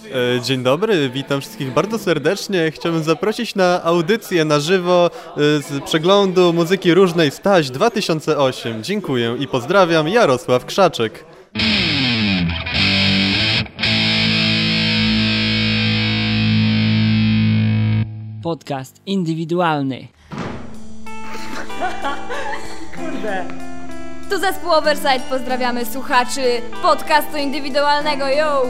Dzień dobry, witam wszystkich bardzo serdecznie. Chciałbym zaprosić na audycję na żywo z przeglądu muzyki różnej Staś 2008. Dziękuję i pozdrawiam, Jarosław Krzaczek. Podcast indywidualny. Kurde. Tu zespół Oversight, pozdrawiamy słuchaczy podcastu indywidualnego, yo!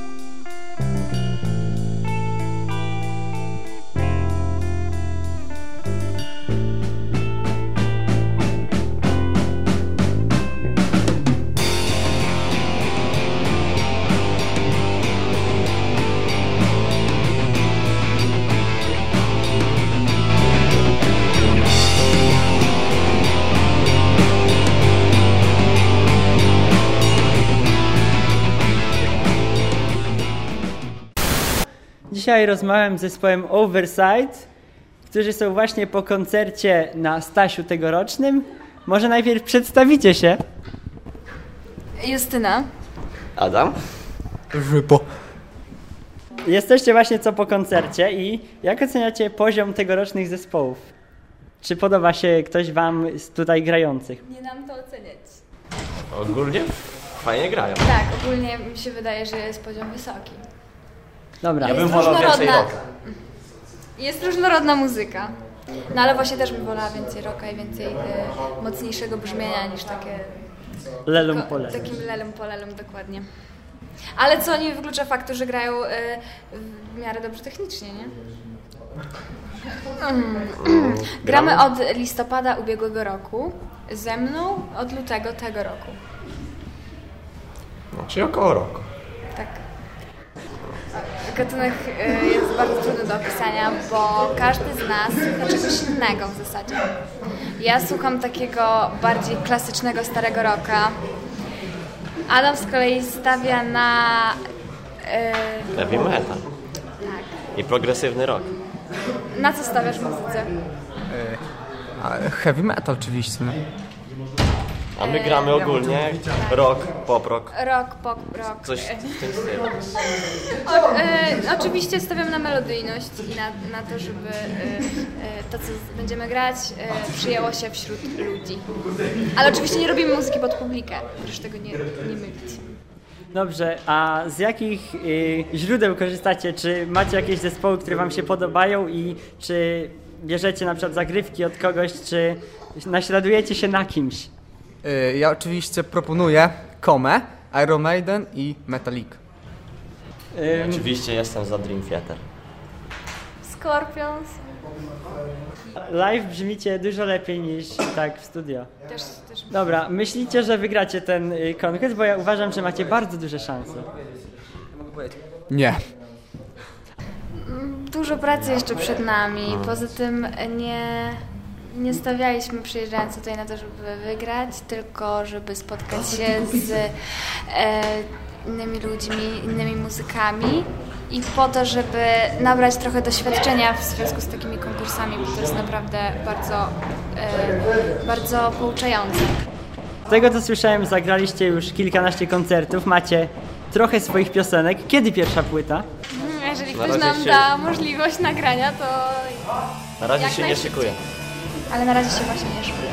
Dzisiaj rozmawiam z zespołem Oversight, którzy są właśnie po koncercie na Stasiu tegorocznym. Może najpierw przedstawicie się. Justyna. Adam? Żypo. Jesteście właśnie co po koncercie i jak oceniacie poziom tegorocznych zespołów? Czy podoba się ktoś wam z tutaj grających? Nie nam to oceniać. Ogólnie fajnie grają. Tak, ogólnie mi się wydaje, że jest poziom wysoki. Dobra. Ja bym wolał więcej rocka. Jest różnorodna muzyka. No ale właśnie też bym wolała więcej rocka i więcej mocniejszego brzmienia niż takie... Lelum polelum. Takim lelum polelum, dokładnie. Ale co nie wyklucza faktu, że grają w miarę dobrze technicznie, nie? Gramy od listopada ubiegłego roku. Ze mną od lutego tego roku. No, czyli około roku. Tak. Gatunek jest bardzo trudny do opisania, bo każdy z nas słucha czegoś innego w zasadzie. Ja słucham takiego bardziej klasycznego starego rocka. Adam z kolei stawia na... Heavy metal. Tak. I progresywny rock. Na co stawiasz w muzyce? Heavy metal oczywiście. A my gramy ogólnie rock, pop rock. Rock, pop, rock. Coś w tym stylu. Oczywiście stawiam na melodyjność i na to, żeby to, co będziemy grać, przyjęło się wśród ludzi. Ale oczywiście nie robimy muzyki pod publikę, proszę tego nie mylić. Dobrze, a z jakich źródeł korzystacie? Czy macie jakieś zespoły, które wam się podobają i czy bierzecie na przykład zagrywki od kogoś, czy naśladujecie się na kimś? Ja oczywiście proponuję Komę, Iron Maiden i Metallica. Oczywiście jestem za Dream Theater. Scorpions. Live brzmicie dużo lepiej niż tak w studio. Też. Dobra, myślicie, że wygracie ten konkurs? Bo ja uważam, że macie bardzo duże szanse. Nie. Dużo pracy jeszcze przed nami. Poza tym nie stawialiśmy przyjeżdżając tutaj na to, żeby wygrać, tylko żeby spotkać się z innymi ludźmi, innymi muzykami i po to, żeby nabrać trochę doświadczenia w związku z takimi konkursami, bo to jest naprawdę bardzo pouczające. Z tego co słyszałem, zagraliście już kilkanaście koncertów, macie trochę swoich piosenek. Kiedy pierwsza płyta? Jeżeli ktoś nam da możliwość nagrania, to... Na razie się nie szykuję. Ale na razie się właśnie nie szykuję.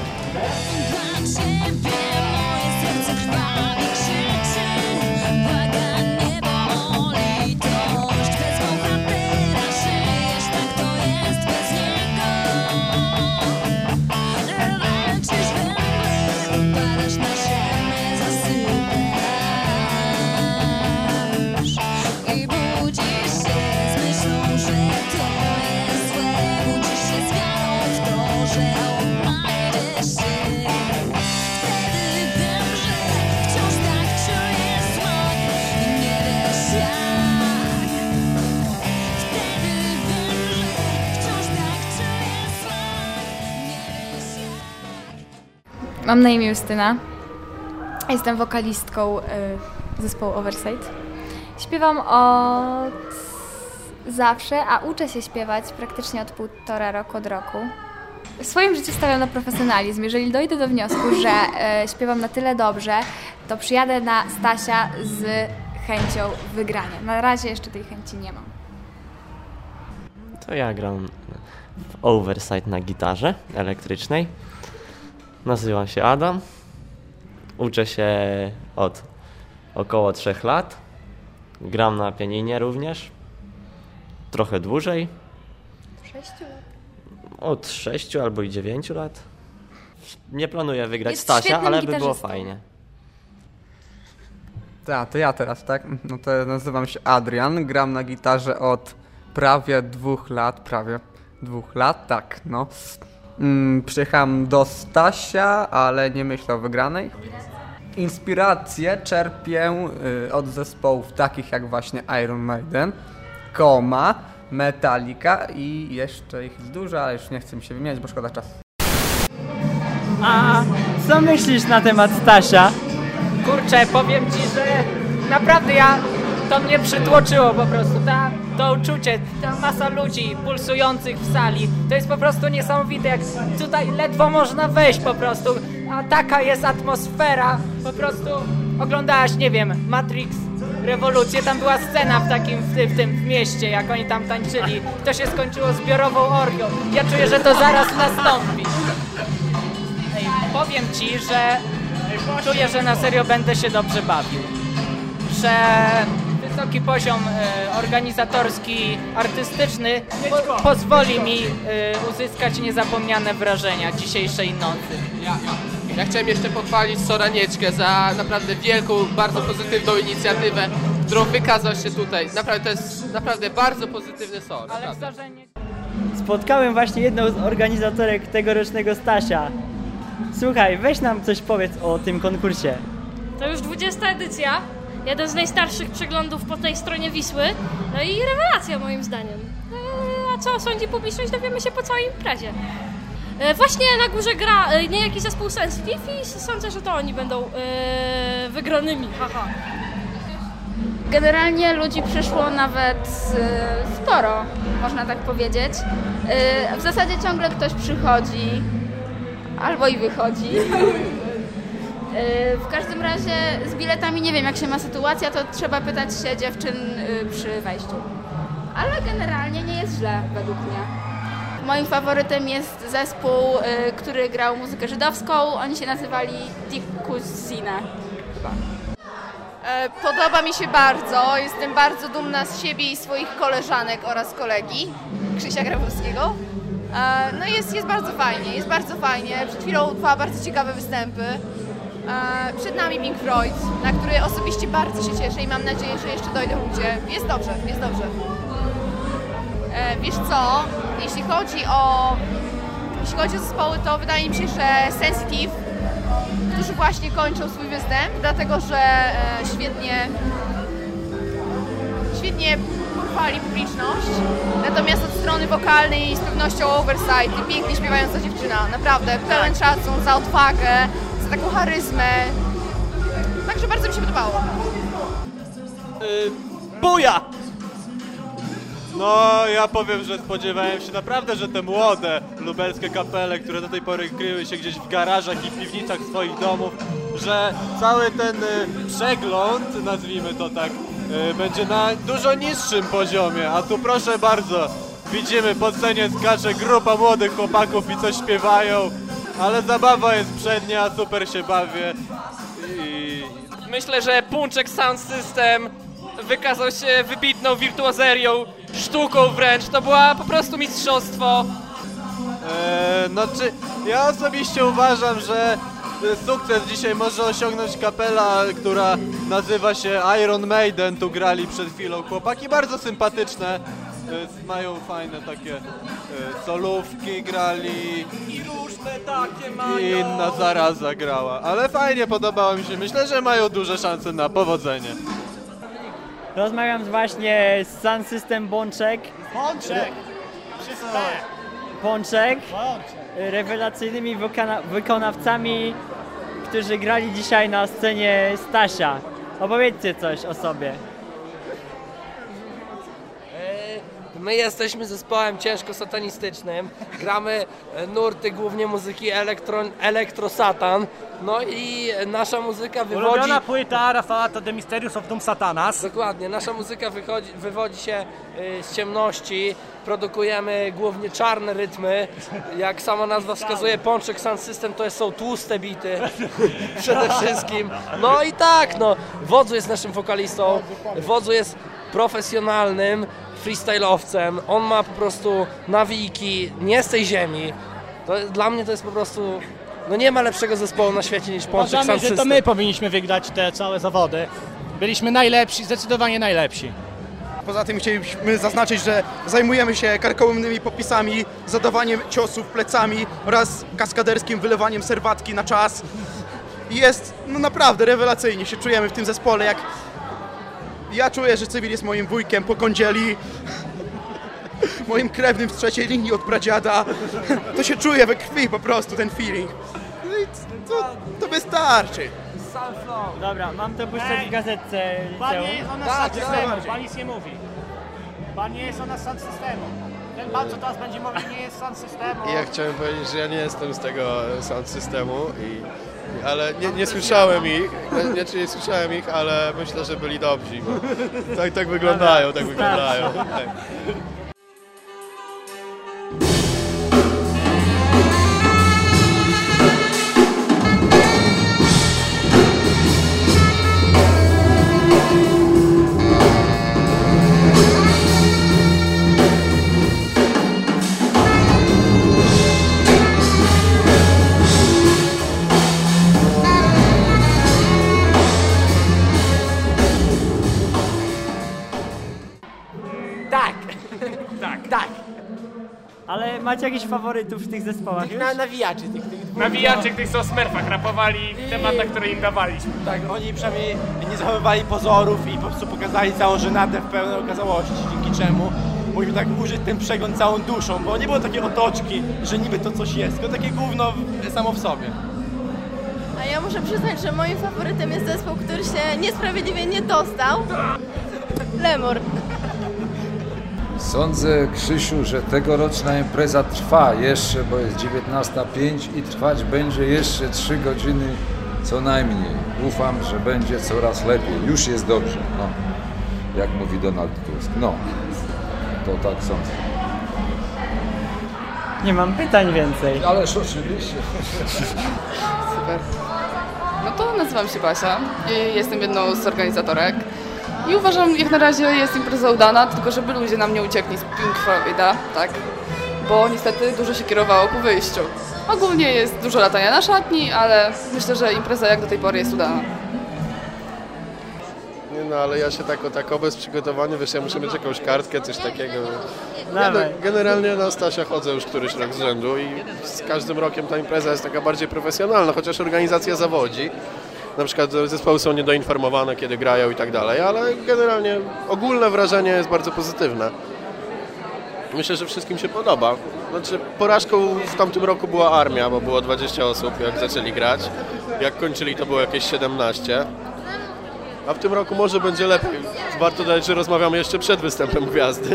Mam na imię Justyna. Jestem wokalistką zespołu Oversight. Śpiewam od zawsze, a uczę się śpiewać praktycznie od 1,5 roku od roku. W swoim życiu stawiam na profesjonalizm. Jeżeli dojdę do wniosku, że śpiewam na tyle dobrze, to przyjadę na Stasia z chęcią wygrania. Na razie jeszcze tej chęci nie mam. To ja gram w Oversight na gitarze elektrycznej. Nazywam się Adam. Uczę się od około 3 lat. Gram na pianinie również. Trochę dłużej. 6 lat. Od 6 albo i 9 lat. Nie planuję wygrać Jest Stasia, świetnym ale by było gitarzystą. fajnie. Tak, to ja teraz, tak? No to ja nazywam się Adrian, gram na gitarze od prawie 2 lat, tak, no. Przyjechałem do Stasia, ale nie myślę o wygranej. Inspirację czerpię od zespołów takich jak właśnie Iron Maiden, Koma, Metallica i jeszcze ich jest dużo, ale już nie chcę mi się wymieniać, bo szkoda czasu. A co myślisz na temat Stasia? Kurczę, powiem ci, że naprawdę to mnie przytłoczyło po prostu. To uczucie, ta masa ludzi pulsujących w sali, to jest po prostu niesamowite, jak tutaj ledwo można wejść po prostu, a taka jest atmosfera, po prostu oglądałaś, nie wiem, Matrix Rewolucję, tam była scena w tym mieście, jak oni tam tańczyli, to się skończyło zbiorową orgią. Ja czuję, że to zaraz nastąpi. Ej, powiem ci, że czuję, że na serio będę się dobrze bawił. Że wysoki poziom organizatorski, artystyczny pozwoli mi uzyskać niezapomniane wrażenia dzisiejszej nocy. Ja chciałem jeszcze pochwalić Soranieczkę za naprawdę wielką, bardzo pozytywną inicjatywę, którą wykazał się tutaj. Naprawdę, to jest naprawdę bardzo pozytywny Sor. Ale zdarzenie... Spotkałem właśnie jedną z organizatorek tegorocznego Stasia. Słuchaj, weź nam coś powiedz o tym konkursie. To już 20. edycja, jeden z najstarszych przeglądów po tej stronie Wisły, no i rewelacja moim zdaniem. A co sądzi publiczność, dowiemy się po całej imprezie. Właśnie na górze gra niejaki zespół Sensitive i sądzę, że to oni będą wygranymi, haha. Generalnie ludzi przyszło nawet sporo, można tak powiedzieć. W zasadzie ciągle ktoś przychodzi albo i wychodzi. W każdym razie z biletami nie wiem, jak się ma sytuacja, to trzeba pytać się dziewczyn przy wejściu. Ale generalnie nie jest źle według mnie. Moim faworytem jest zespół, który grał muzykę żydowską. Oni się nazywali Tikusine chyba. Podoba mi się bardzo. Jestem bardzo dumna z siebie i swoich koleżanek oraz kolegi Krzysia Grabowskiego. No jest bardzo fajnie, jest bardzo fajnie. Przed chwilą 2 bardzo ciekawe występy. Przed nami Pink Floyd, na który osobiście bardzo się cieszę i mam nadzieję, że jeszcze dojdę w ludzie. Jest dobrze, jest dobrze. Wiesz co, jeśli chodzi o zespoły, to wydaje mi się, że Sensitive, którzy właśnie kończą swój występ, dlatego że świetnie porwali publiczność. Natomiast od strony wokalnej z pewnością Oversight, pięknie śpiewająca dziewczyna, naprawdę pełen szacun za odwagę, za taką charyzmę. Także bardzo mi się podobało. Buja! No, ja powiem, że spodziewałem się naprawdę, że te młode lubelskie kapele, które do tej pory kryły się gdzieś w garażach i w piwnicach swoich domów, że cały ten przegląd, nazwijmy to tak, będzie na dużo niższym poziomie, a tu proszę bardzo, widzimy po scenie skacze grupa młodych chłopaków i coś śpiewają, ale zabawa jest przednia, super się bawię i... Myślę, że Punczek Sound System wykazał się wybitną wirtuozerią, sztuką wręcz. To była po prostu mistrzostwo. Ja osobiście uważam, że sukces dzisiaj może osiągnąć kapela, która nazywa się Iron Maiden. Tu grali przed chwilą chłopaki, bardzo sympatyczne. Mają fajne takie solówki, grali I różne takie mają. i inna zaraza grała. Ale fajnie, podobało mi się. Myślę, że mają duże szanse na powodzenie. Rozmawiam właśnie z Sound System Bączek. Bączek. Rewelacyjnymi wykonawcami, którzy grali dzisiaj na scenie Stasia. Opowiedzcie coś o sobie. My jesteśmy zespołem ciężko satanistycznym, gramy nurty głównie muzyki elektrosatan, no i nasza muzyka wywodzi... Ulubiona płyta Rafała to The Mysterious of Doom Satanas. Dokładnie, nasza muzyka wywodzi się z ciemności, produkujemy głównie czarne rytmy, jak sama nazwa wskazuje, Pączek Sound System to są tłuste bity przede wszystkim. No i tak, no, Wodzu jest naszym wokalistą, Wodzu jest profesjonalnym freestyle'owcem, on ma po prostu nawijki nie z tej ziemi. Dla mnie to jest po prostu, no nie ma lepszego zespołu na świecie niż Pączek Sound System. Uważamy, że to my powinniśmy wygrać te całe zawody. Byliśmy najlepsi, zdecydowanie najlepsi. Poza tym chcielibyśmy zaznaczyć, że zajmujemy się karkołomnymi popisami, zadawaniem ciosów plecami oraz kaskaderskim wylewaniem serwatki na czas. I jest no naprawdę rewelacyjnie się czujemy w tym zespole, jak ja czuję, że Cywil jest moim wujkiem po kądzieli, moim krewnym z trzeciej linii od pradziada. To się czuje we krwi po prostu, ten feeling. No i to wystarczy. Dobra, mam to puszczać w gazetce. Pan nie jest o nas sound systemu, pan nic nie mówi. Pan nie jest o nas sound systemu. Ten pan, co teraz będzie mówił, nie jest sound systemu. Ja chciałem powiedzieć, że ja nie jestem z tego sound systemu, ale nie słyszałem ich, nie słyszałem ich, ale myślę, że byli dobrzy, bo tak wyglądają, tak wyglądają. Tak. Tak. Ale macie jakichś faworytów w tych zespołach? Nawijaczy tych dwóch. Nawijaczy, którzy są w Smurfach, rapowali w tematach, które im dawaliśmy. Tak, oni przynajmniej nie zachowywali pozorów i po prostu pokazali całą żenadę w pełnej okazałości, dzięki czemu mogliśmy tak użyć ten przegląd całą duszą, bo nie było takiej otoczki, że niby to coś jest, tylko takie gówno samo w sobie. A ja muszę przyznać, że moim faworytem jest zespół, który się niesprawiedliwie nie dostał. Lemur. Sądzę, Krzysiu, że tegoroczna impreza trwa jeszcze, bo jest 19:05 i trwać będzie jeszcze 3 godziny co najmniej. Ufam, że będzie coraz lepiej. Już jest dobrze, no. Jak mówi Donald Tusk. No, to tak sądzę. Nie mam pytań więcej. Ależ oczywiście. Super. No to nazywam się Basia i jestem jedną z organizatorek. I uważam, jak na razie jest impreza udana, tylko żeby ludzie nam nie uciekli z Pink Floyda, tak? Bo niestety dużo się kierowało ku wyjściu. Ogólnie jest dużo latania na szatni, ale myślę, że impreza jak do tej pory jest udana. Nie no, ale ja się tak bez przygotowania, wiesz, ja muszę mieć jakąś kartkę, coś takiego. Ja generalnie na Stasia chodzę już któryś rok z rzędu i z każdym rokiem ta impreza jest taka bardziej profesjonalna, chociaż organizacja zawodzi. Na przykład zespoły są niedoinformowane, kiedy grają i tak dalej, ale generalnie ogólne wrażenie jest bardzo pozytywne. Myślę, że wszystkim się podoba. Znaczy, porażką w tamtym roku była Armia, bo było 20 osób, jak zaczęli grać. Jak kończyli, to było jakieś 17. A w tym roku może będzie lepiej. Warto dodać, że rozmawiamy jeszcze przed występem Gwiazdy.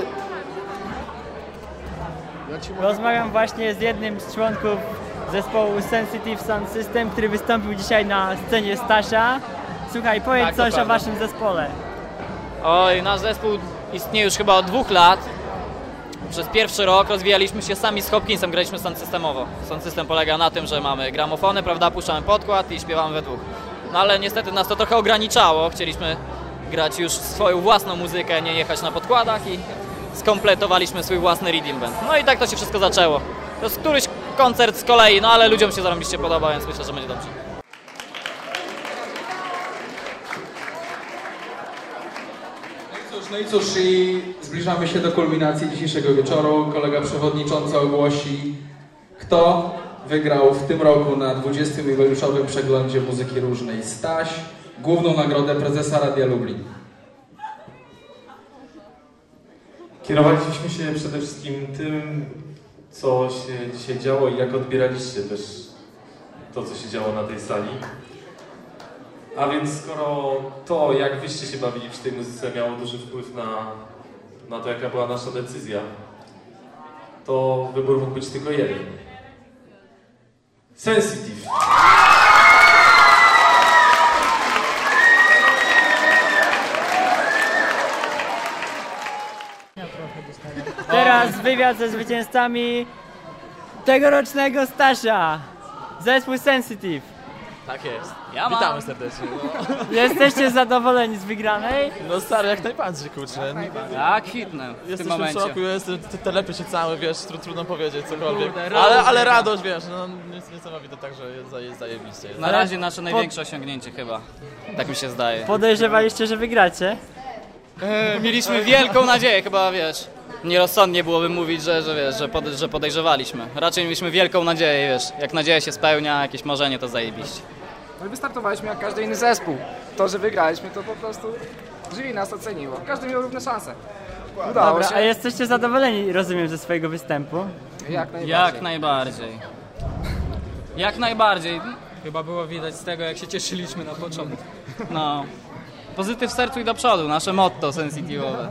Rozmawiam właśnie z jednym z członków zespołu Sensitive Sound System, który wystąpił dzisiaj na scenie Stasia. Słuchaj, powiedz Tak, coś o waszym zespole. Oj, nasz zespół istnieje już chyba od 2 lat. Przez pierwszy rok rozwijaliśmy się sami z Hopkinsem, graliśmy sound systemowo. Sound system polega na tym, że mamy gramofony, prawda, puszczamy podkład i śpiewamy we dwóch. No ale niestety nas to trochę ograniczało, chcieliśmy grać już swoją własną muzykę, nie jechać na podkładach i skompletowaliśmy swój własny rhythm band. No i tak to się wszystko zaczęło. To jest któryś koncert z kolei, no ale ludziom się zarąbiście podoba, więc myślę, że będzie dobrze. No i cóż, i zbliżamy się do kulminacji dzisiejszego wieczoru. Kolega przewodniczący ogłosi, kto wygrał w tym roku na 20. jubileuszowym przeglądzie muzyki różnej Staś główną nagrodę prezesa Radia Lublin. Kierowaliśmy się przede wszystkim tym, co się dzisiaj działo i jak odbieraliście też to, co się działo na tej sali. A więc skoro to, jak wyście się bawili przy tej muzyce, miało duży wpływ na na to, jaka była nasza decyzja, to wybór mógł być tylko jeden. Sensitive. Teraz wywiad ze zwycięzcami tegorocznego Stasia. Zespół Sensitive. Tak jest. Ja mam. Witamy serdecznie. Jesteście zadowoleni z wygranej? No stary, jak najbardziej, kurczę. Tak, hitnę w tym Jesteśmy w momencie. szoku, telepie się cały, wiesz, trudno powiedzieć cokolwiek. Kurde, Ale radość, wiesz, no niesamowite, także jest zajebiście. Na razie nasze największe osiągnięcie chyba. Tak mi się zdaje. Podejrzewaliście, że wygracie? Mieliśmy wielką nadzieję, chyba wiesz. Nierozsądnie byłoby mówić, że podejrzewaliśmy. Raczej mieliśmy wielką nadzieję, wiesz. Jak nadzieja się spełnia, jakieś marzenie, to zajebiście. My wystartowaliśmy jak każdy inny zespół. To, że wygraliśmy, to po prostu jury nas oceniło. Każdy miał równe szanse. Udało Dobra, się. a jesteście zadowoleni, rozumiem, ze swojego występu? Jak najbardziej. Jak najbardziej. Jak najbardziej. Chyba było widać z tego, jak się cieszyliśmy na początku. No. Pozytyw w sercu i do przodu, nasze motto sensitive'owe.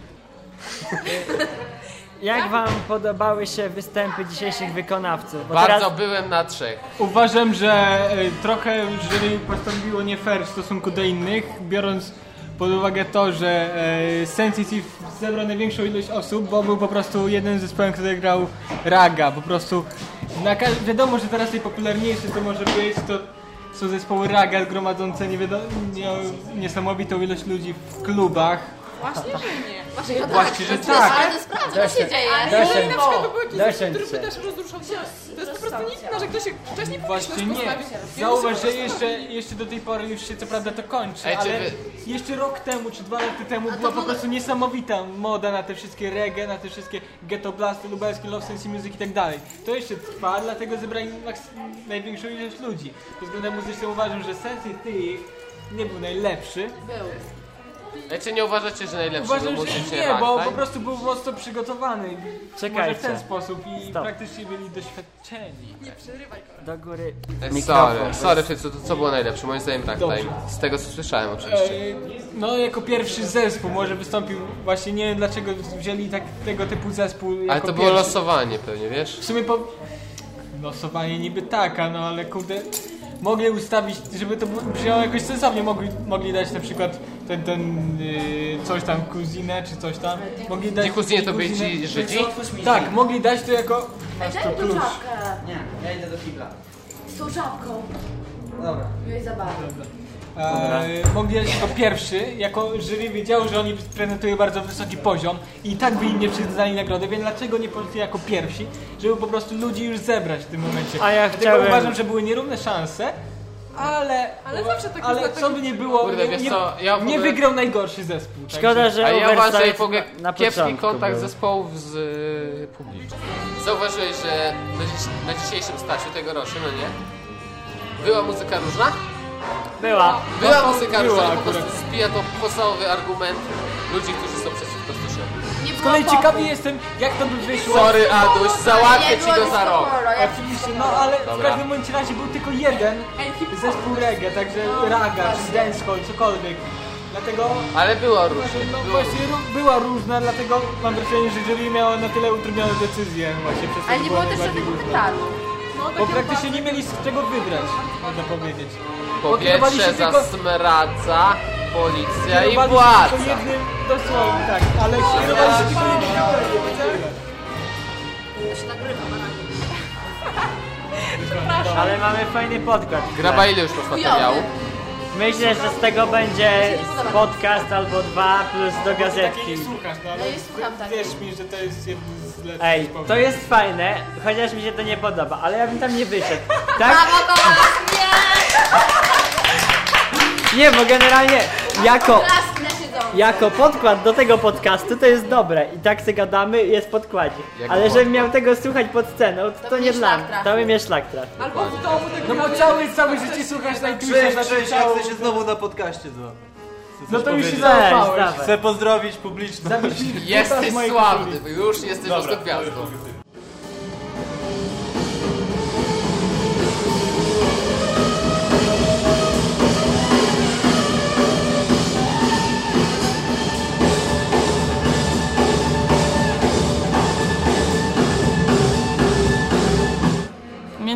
Jak wam podobały się występy dzisiejszych wykonawców? Bo Bardzo byłem na 3. Uważam, że trochę jury postąpiło nie fair w stosunku do innych, biorąc pod uwagę to, że Sensitive zebrał największą ilość osób, bo był po prostu jednym zespołem, który grał raga. Po prostu wiadomo, że teraz najpopularniejsze to może być, to są zespoły raga gromadzące niesamowitą ilość ludzi w klubach. Właśnie, że nie. Właśnie, że tak. Ale sprawdza, co się dzieje. Dosięć. Ale na przykład by był jakiś Dosięć zespół, który się. by też rozruszał się. To jest po prostu nic, że ktoś się wcześniej Właśnie nie. Zauważ, że jeszcze do tej pory już się co prawda to kończy, Ej, czy ale wy- jeszcze rok temu czy 2 lata temu była po prostu niesamowita moda na te wszystkie reggae, na te wszystkie ghetto blasty, lubelskie, love sense music i tak dalej. To jeszcze trwa, dlatego zebrali największą ilość ludzi. Pod względem muzycznym uważam, że Sensitive nie był najlepszy. Był. Czy nie uważacie, że najlepszy Uważam, był że muzycznie nie, bo ragtime? po prostu był mocno przygotowany. Czekajcie. Może w ten sposób i Stop. praktycznie byli doświadczeni. Nie przerywaj go. Do góry. Sorry, co było najlepsze? Moim zdaniem ragtime. Dobrze. Z tego co słyszałem oczywiście. No jako pierwszy zespół może wystąpił, właśnie nie wiem dlaczego wzięli tego typu zespół jako Ale to było pierwszy. losowanie pewnie, wiesz? W sumie losowanie niby taka, no ale kurde, mogli ustawić, żeby to brzmiało jakoś sensownie, mogli dać na przykład coś tam kuzinę czy coś tam. Mogli dać Kuzinie to byli ci Żydzi? Tak, mogli dać to jako Daj masz to mi tą klucz. czapkę. Nie, ja idę do kibla. Z tą czapką. Dobra. Miłej zabawy. Mogli dać jako pierwszy, jako jury wiedziało, że oni prezentują bardzo wysoki poziom i tak by im nie przyznali nagrody, więc dlaczego nie poszli jako pierwsi, żeby po prostu ludzi już zebrać w tym momencie. A ja Dlatego chciałem- uważam, że były nierówne szanse, ale zawsze tak ale jest, co by nie było, Kurde, wiesz co, ja w nie ogóle- wygrał najgorszy zespół. Szkoda, że A ja uważam, że Oversight w ogóle na kiepski początku kontakt był. zespołów z publicznym. Zauważyłeś, że na dzisiejszym Stasiu tegorocznym, no nie? Była muzyka różna? Była. Była No, muzyka była różna i po akurat. prostu spija to podstawowy argument ludzi, którzy są przeciwko Stasiowi. Z kolei ciekawy jestem, jak to by wyszło. Sorry, Aduś, załatwię ci go za rok. Oczywiście, no ale w Dobra. każdym bądź razie był tylko jeden zespół reggae, także raga czy dancehall, cokolwiek. Dlatego... Ale była różna. No właśnie była różna, dlatego mam wrażenie, że jury miało na tyle utrudnione decyzje właśnie przez to, Ale że nie była było też najbardziej żadnego różna. wytaru. Bo praktycznie nie mieli z czego wybrać, można powiedzieć. Powietrze tylko- zasmradza, policja i kierowali się władza. tylko jednym, dosłownie tak, ale kierowali się tylko jednym kierunkiem. To się nagrywa, Ale mamy fajny podkład. Graba, ile już masz materiału? Myślę, że z tego będzie podcast albo 2 plus do gazetki. Nie słuchasz, no ale No i słucham tak. wierz mi, że to jest jeden z lepszych Ej, zespołów. to jest fajne, chociaż mi się to nie podoba, ale ja bym tam nie wyszedł. Tak? Brawo, Tomasz, nie! Nie, bo generalnie jako Klaski na siedząco. Jako podkład do tego podcastu to jest dobre i tak sobie gadamy, jest podkładzik. Jako Ale podkład. żebym miał tego słuchać pod sceną, to nie mnie dla szlak mnie. trafił. To by mnie szlak trafił. Albo w domu tego No bo całe życie słuchasz najtłuściej Cześć, na cześć, ciało. jak chcę się znowu na podcaście No to już się Cześć, załapałeś. dawaj. Chcę pozdrowić publiczność. Jesteś mojej sławny, już jesteś po prostu gwiazdą.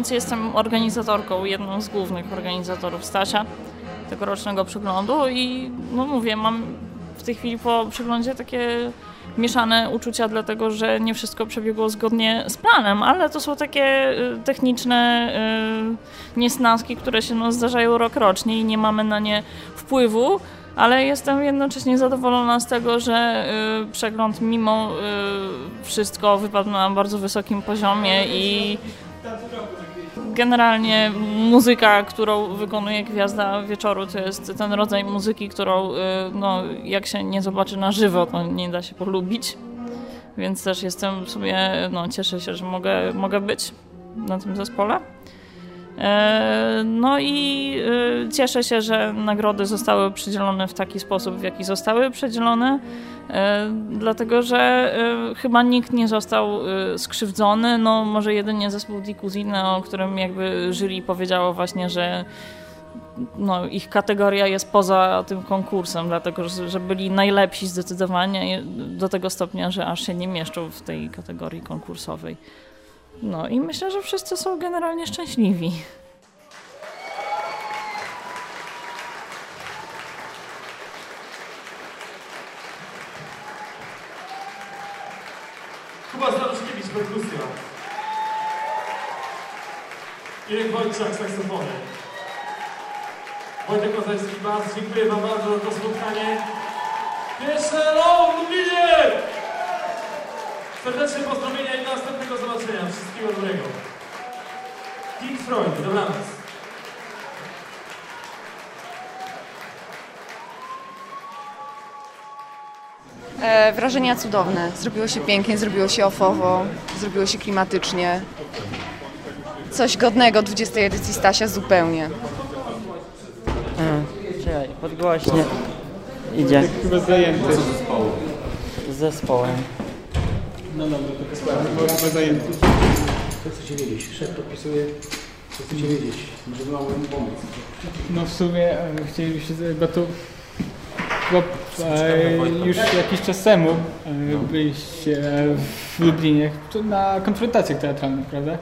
biorąc jestem organizatorką, jedną z głównych organizatorów Stasia, tegorocznego przeglądu i no mówię, mam w tej chwili po przeglądzie takie mieszane uczucia, dlatego że nie wszystko przebiegło zgodnie z planem, ale to są takie techniczne niesnaski, które się zdarzają rokrocznie i nie mamy na nie wpływu, ale jestem jednocześnie zadowolona z tego, że przegląd mimo wszystko wypadł na bardzo wysokim poziomie i generalnie muzyka, którą wykonuje Gwiazda Wieczoru, to jest ten rodzaj muzyki, którą no, jak się nie zobaczy na żywo, to nie da się polubić. Więc też jestem sobie, no cieszę się, że mogę być na tym zespole. No i cieszę się, że nagrody zostały przydzielone w taki sposób, w jaki zostały przydzielone, dlatego że chyba nikt nie został skrzywdzony, no może jedynie zespół Di Cusine, o którym jakby jury powiedziało właśnie, że no, ich kategoria jest poza tym konkursem, dlatego że byli najlepsi zdecydowanie do tego stopnia, że aż się nie mieszczą w tej kategorii konkursowej. No i myślę, że wszyscy są generalnie szczęśliwi. Kuba Staruszkiewicz, perkusja. Irek Wojciak, saksofony. Wojtek Kozajski, bas. Dziękuję wam bardzo za to spotkanie. Pierwsze LO w Lublinie! Serdeczne pozdrowienia i do następnego zobaczenia. Wszystkiego dobrego. Pink Floyd, dobranoc. Wrażenia cudowne. Zrobiło się pięknie, zrobiło się ofowo, zrobiło się klimatycznie. Coś godnego 20. edycji Stasia zupełnie. Czekaj, podgłośnie. Idzie. Chyba zajęty. Z zespołem. No dobra, to sprawy, bo chyba zajęty. Co chcecie wiedzieć? Szef podpisuje, co chcecie wiedzieć? Może mogę mu pomóc. No w sumie chcielibyśmy, bo już jakiś czas temu byliście w Lublinie na konfrontacjach teatralnych, prawda?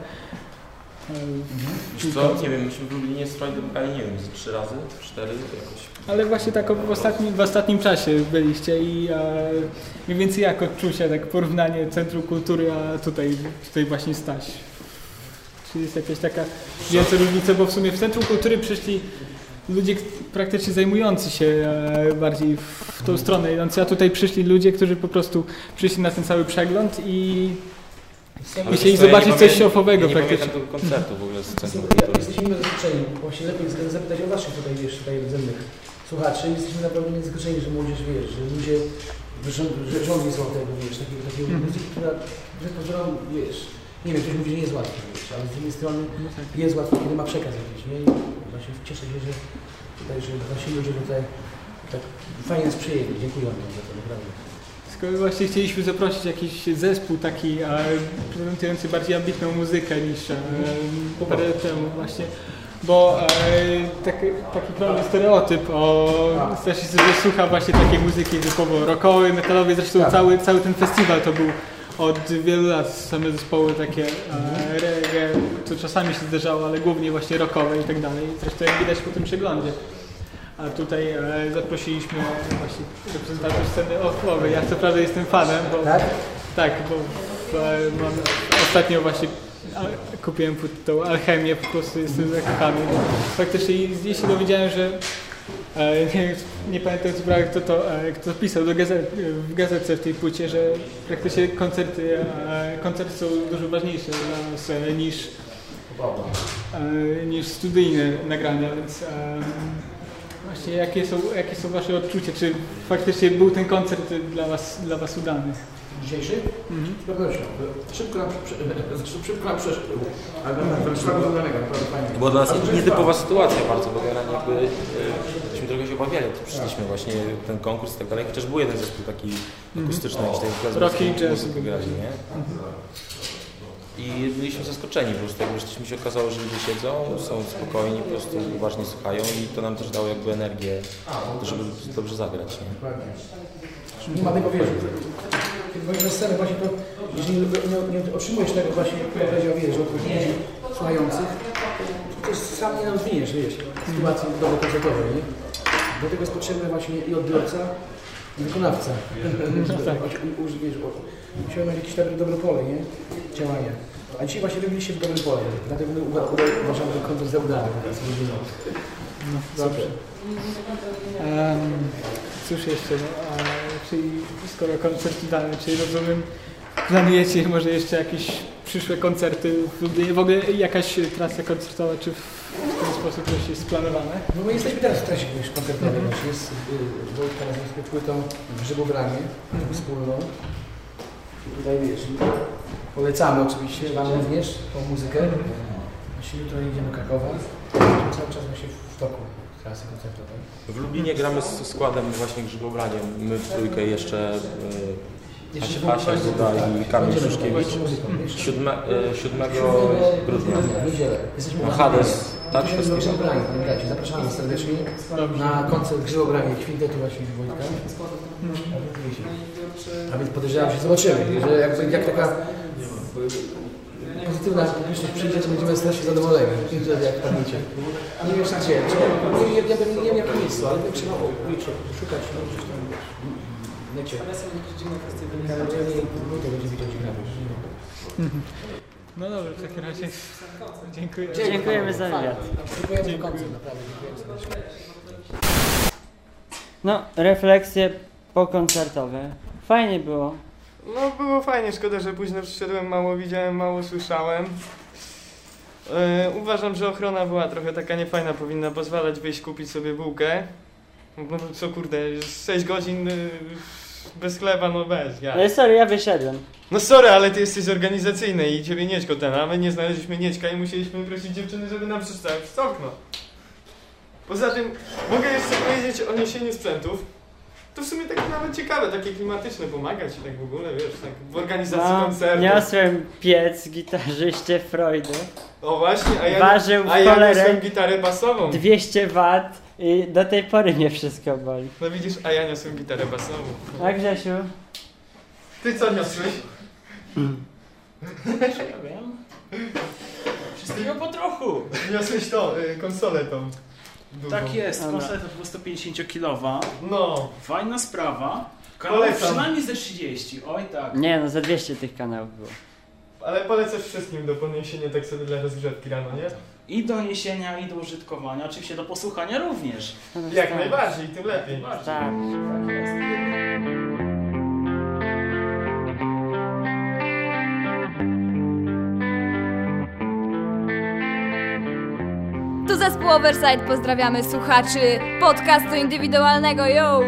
Co? Nie wiem, myśmy w Lublinie z Freudem grali, nie wiem, 3 razy, 4 jakoś. Ale właśnie tak w ostatnim czasie byliście i mniej więcej jak odczucia, tak porównanie Centrum Kultury, a tutaj właśnie Staś. Czy jest jakaś taka większa różnica, bo w sumie w Centrum Kultury przyszli ludzie praktycznie zajmujący się bardziej w tą stronę idący, a tutaj przyszli ludzie, którzy po prostu przyszli na ten cały przegląd i chcieli zobaczyć coś ofowego praktycznie. Nie pamiętam tego koncertu w ogóle z Centrum Ja Kultury. jesteśmy zaskoczeni, właśnie lepiej zapytać o waszych tutaj rdzennych słuchaczy. Jesteśmy naprawdę zaskoczeni, że młodzież, wiesz, że ludzie rządni są tego, wiesz, takiej muzyki, która, że pozorom, wiesz, nie wiem, ktoś mówi, że nie jest łatwo, wiesz, ale z drugiej strony jest łatwo, kiedy ma przekaz jakiś, nie? I właśnie cieszę się, że tutaj, że nasi ludzie tutaj tak fajnie nas przyjęli. Dziękuję wam za to, naprawdę. Skoro właśnie chcieliśmy zaprosić jakiś zespół taki prezentujący bardziej ambitną muzykę niż parę lat temu właśnie, bo taki pełny stereotyp o Stasie, że słucha właśnie takiej muzyki typowo rockowej, metalowej, zresztą cały ten festiwal to był od wielu lat same zespoły takie reggae, co czasami się zdarzało, ale głównie właśnie rockowe i tak dalej, zresztą jak widać po tym przeglądzie. A tutaj zaprosiliśmy właśnie reprezentantów sceny off-roadowej. Ja co prawda jestem fanem, bo mam ostatnio właśnie kupiłem tą Alchemię, po prostu jestem zakochany. Faktycznie gdzieś się dowiedziałem, że nie pamiętam co prawie kto pisał w gazetce w tej płycie, że praktycznie koncerty są dużo ważniejsze dla nas niż studyjne nagrania, więc właśnie jakie są wasze odczucia? Czy faktycznie był ten koncert dla was udany? Dzisiejszy? Z pewnością. Szybko nam przeszedł. Ale To była dla nas nietypowa sytuacja bardzo, bo generalnie jakby myśmy trochę się obawiali, jak przyszliśmy właśnie ten konkurs i tak dalej, chociaż był jeden zespół taki akustyczny, jakiś taki rock i jazz grali, nie? I byliśmy zaskoczeni po prostu, jakby mi się okazało, że ludzie siedzą, są spokojni, po prostu uważnie słuchają i to nam też dało jakby energię, żeby dobrze zagrać, nie? Nie ma tego, wiesz, kiedy wchodzisz na scenę właśnie to, jeżeli nie otrzymujesz tego właśnie, jak powiedział, wiesz, że słuchających, to jest sam nie rozwiniesz, wiesz, sytuacji koncertowej, nie? Do tego jest potrzebny właśnie i odbiorca, i wykonawca. Musimy mieć jakieś dobre pole, nie? Działania. A dzisiaj właśnie robiliście w dobrym pole, dlatego uważam, że koncert za udany. No, dobrze. Cóż jeszcze, czyli skoro koncert udany, czyli rozumiem, planujecie może jeszcze jakieś przyszłe koncerty, w ogóle jakaś trasa koncertowa, czy w ten sposób coś jest planowane? No my jesteśmy teraz w trasie koncertowej, jest Wojtka z płytą Grzybobranie wspólną. I tutaj wiesz, polecamy oczywiście Wam również tą muzykę. Właśnie jutro jedziemy do Krakowa. Cały czas właśnie w toku trasy koncertowej. W Lublinie gramy z składem właśnie Grzybobraniem. My w trójkę jeszcze Asia Duda i Kamil Szuszkiewicz. 7 grudnia. Na Hades, tak? Pamiętajcie, zapraszamy serdecznie na koncert Grzybobranie Kwintetu właśnie Wojtka. A więc podejrzewam, że zobaczymy, że jak taka pozytywna publiczność przyjdzie, to będziemy strasznie zadowoleni, jak pamięcie. Nie wiem, gdzie, nie wiem jak miejsce, ale trzeba szukać gdzieś tam w necie. No dobrze, w takim razie dziękuję. Dziękujemy za wywiad. Dziękujemy za koncert, naprawdę. Dziękujemy. No, refleksje pokoncertowe. Fajnie było. No było fajnie, szkoda, że późno przyszedłem, mało widziałem, mało słyszałem. Uważam, że ochrona była trochę taka niefajna, powinna pozwalać wyjść kupić sobie bułkę. No co kurde, 6 godzin bez chleba, no bez, ja. Ale sorry, ja wyszedłem. No sorry, ale ty jesteś organizacyjny i ciebie Nieczko ten, a my nie znaleźliśmy Nieczka i musieliśmy prosić dziewczyny, żeby nam przeczytały przez okno. Poza tym, mogę jeszcze powiedzieć o niesieniu sprzętów. To w sumie takie nawet ciekawe, takie klimatyczne, pomagać i tak w ogóle, wiesz, tak w organizacji koncertu. Niosłem piec gitarzyście Freudy. O właśnie, ważył w ja niosłem gitarę basową. 200 W i do tej pory mnie wszystko boli. No widzisz, a ja niosłem gitarę basową. A Grzesiu? Ty co niosłeś? Ja wiem. Wszystkiego po trochu. Niosłeś to, konsolę tą. Dużą. Tak jest, konsola to było 150 kg. No. Fajna sprawa. Kanałów przynajmniej ze 30, oj tak. Nie no, za 200 tych kanałów było. Ale polecasz wszystkim do podniesienia tak sobie dla rozgrzewki rano, nie? I do niesienia, i do użytkowania, oczywiście do posłuchania również. Jak najbardziej, tym lepiej. Tak. Tu zespół Oversight, pozdrawiamy słuchaczy podcastu indywidualnego, yo!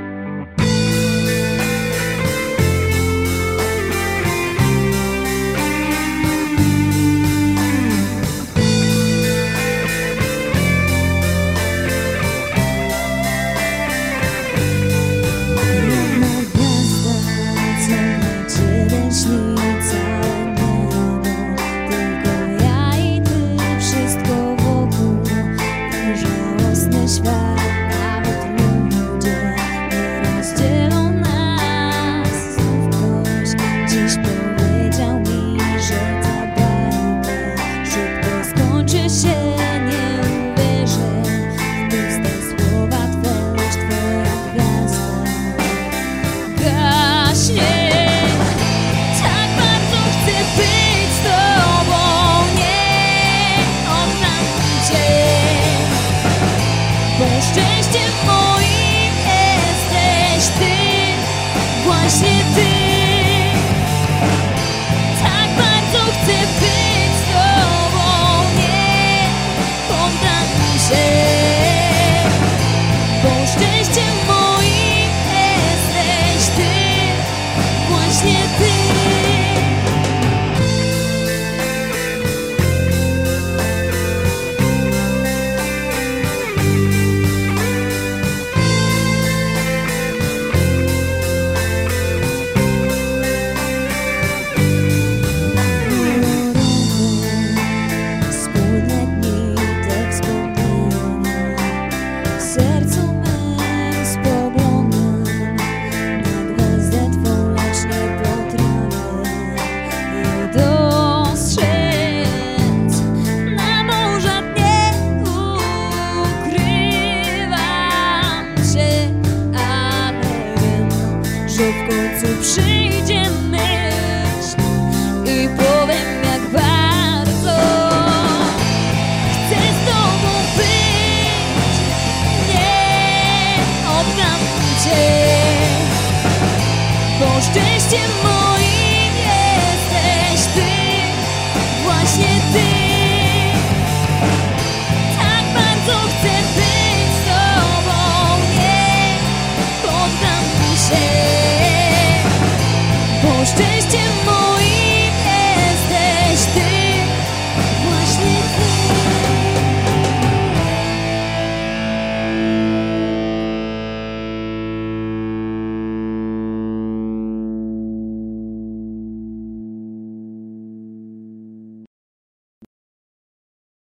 Świat, nawet ludzie przyjdzie myśl i powiem jak bardzo chcę z tobą być. Nie oddam cię, bo szczęście moje